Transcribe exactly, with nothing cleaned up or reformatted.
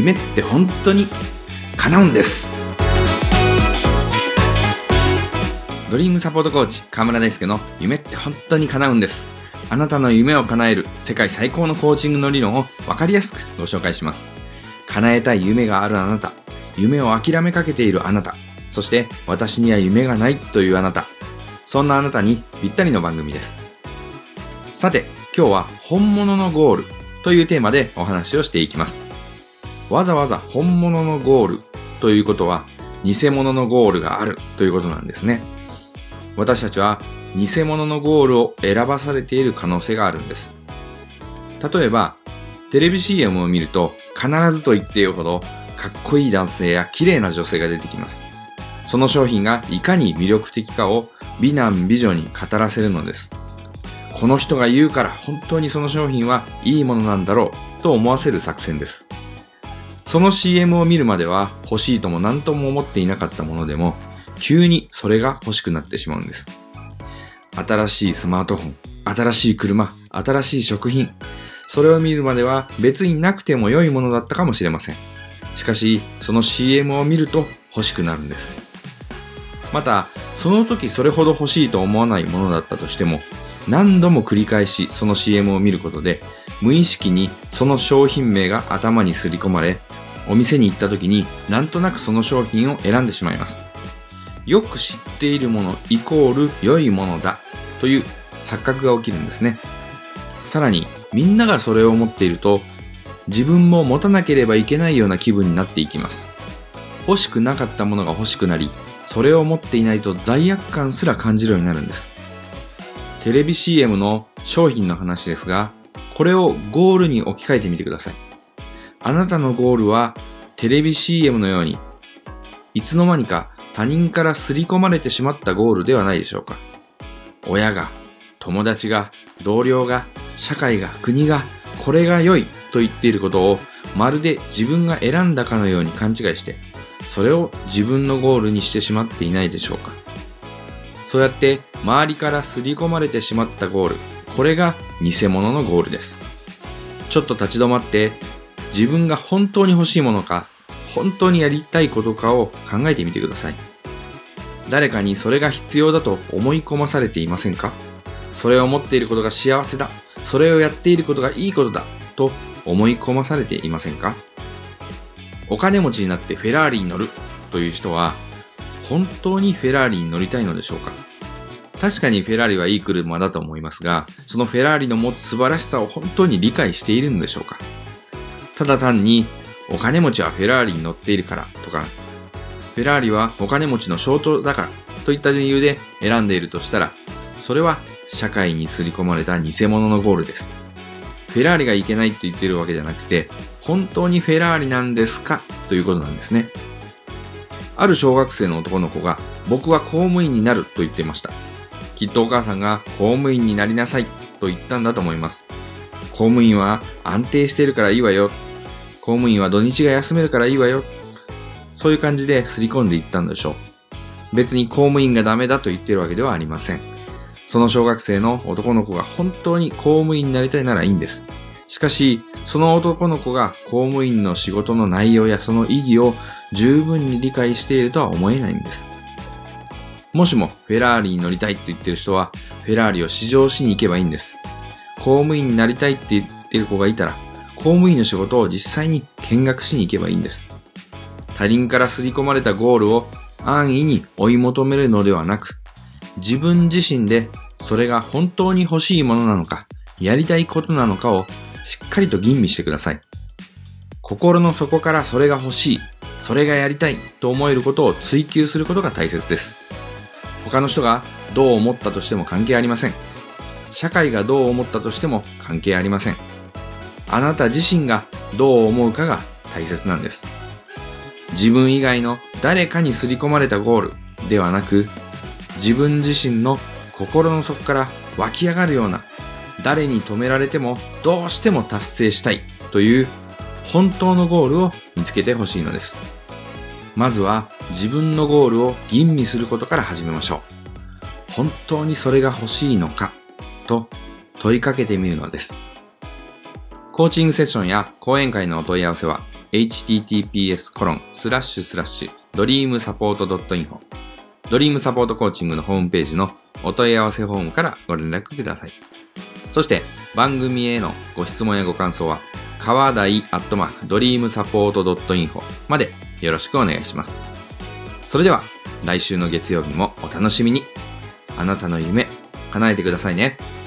夢って本当に叶うんです。ドリームサポートコーチ川村大輔の夢って本当に叶うんです。あなたの夢を叶える世界最高のコーチングの理論を分かりやすくご紹介します。叶えたい夢があるあなた、夢を諦めかけているあなた、そして私には夢がないというあなた、そんなあなたにぴったりの番組です。さて、今日は本物のゴールというテーマでお話をしていきます。わざわざ本物のゴールということは偽物のゴールがあるということなんですね。私たちは偽物のゴールを選ばされている可能性があるんです。例えば、テレビ シーエム を見ると必ずと言っているほどかっこいい男性や綺麗な女性が出てきます。その商品がいかに魅力的かを美男美女に語らせるのです。この人が言うから本当にその商品はいいものなんだろうと思わせる作戦です。その シーエム を見るまでは欲しいとも何とも思っていなかったものでも急にそれが欲しくなってしまうんです。新しいスマートフォン、新しい車、新しい食品、それを見るまでは別になくても良いものだったかもしれません。しかし、その シーエム を見ると欲しくなるんです。また、その時それほど欲しいと思わないものだったとしても、何度も繰り返しその シーエム を見ることで、無意識にその商品名が頭にすり込まれ、お店に行った時になんとなくその商品を選んでしまいます。よく知っているものイコール良いものだという錯覚が起きるんですね。さらにみんながそれを思っていると自分も持たなければいけないような気分になっていきます。欲しくなかったものが欲しくなり、それを持っていないと罪悪感すら感じるようになるんです。テレビ シーエム の商品の話ですが、これをゴールに置き換えてみてください。あなたのゴールはテレビ シーエム のようにいつの間にか他人から刷り込まれてしまったゴールではないでしょうか。親が、友達が、同僚が、社会が、国が、これが良いと言っていることをまるで自分が選んだかのように勘違いして、それを自分のゴールにしてしまっていないでしょうか。そうやって周りから刷り込まれてしまったゴール、これが偽物のゴールです。ちょっと立ち止まって自分が本当に欲しいものか、本当にやりたいことかを考えてみてください。誰かにそれが必要だと思い込まされていませんか？それを持っていることが幸せだ、それをやっていることがいいことだと思い込まされていませんか？お金持ちになってフェラーリに乗るという人は本当にフェラーリに乗りたいのでしょうか？確かにフェラーリはいい車だと思いますが、そのフェラーリの持つ素晴らしさを本当に理解しているのでしょうか？ただ単にお金持ちはフェラーリに乗っているからとか、フェラーリはお金持ちの象徴だからといった理由で選んでいるとしたら、それは社会に刷り込まれた偽物のゴールです。フェラーリがいけないと言っているわけじゃなくて、本当にフェラーリなんですかということなんですね。ある小学生の男の子が、僕は公務員になると言っていました。きっとお母さんが公務員になりなさいと言ったんだと思います。公務員は安定しているからいいわよ。公務員は土日が休めるからいいわよ。そういう感じで刷り込んでいったんでしょう。別に公務員がダメだと言っているわけではありません。その小学生の男の子が本当に公務員になりたいならいいんです。しかし、その男の子が公務員の仕事の内容やその意義を十分に理解しているとは思えないんです。もしもフェラーリに乗りたいと言っている人は、フェラーリを試乗しに行けばいいんです。公務員になりたいって言っている子がいたら、公務員の仕事を実際に見学しに行けばいいんです。他人から刷り込まれたゴールを安易に追い求めるのではなく、自分自身でそれが本当に欲しいものなのか、やりたいことなのかをしっかりと吟味してください。心の底からそれが欲しい、それがやりたいと思えることを追求することが大切です。他の人がどう思ったとしても関係ありません。社会がどう思ったとしても関係ありません。あなた自身がどう思うかが大切なんです。自分以外の誰かに刷り込まれたゴールではなく、自分自身の心の底から湧き上がるような、誰に止められてもどうしても達成したいという本当のゴールを見つけてほしいのです。まずは自分のゴールを吟味することから始めましょう。本当にそれが欲しいのかと問いかけてみるのです。コーチングセッションや講演会のお問い合わせはエイチティーティーピーエスコロンスラッシュスラッシュドリームサポートドットインフォ ドリームサポートコーチングのホームページのお問い合わせフォームからご連絡ください。そして番組へのご質問やご感想は川台アットマークドリームサポートドットインフォまでよろしくお願いします。それでは来週の月曜日もお楽しみに。あなたの夢叶えてくださいね。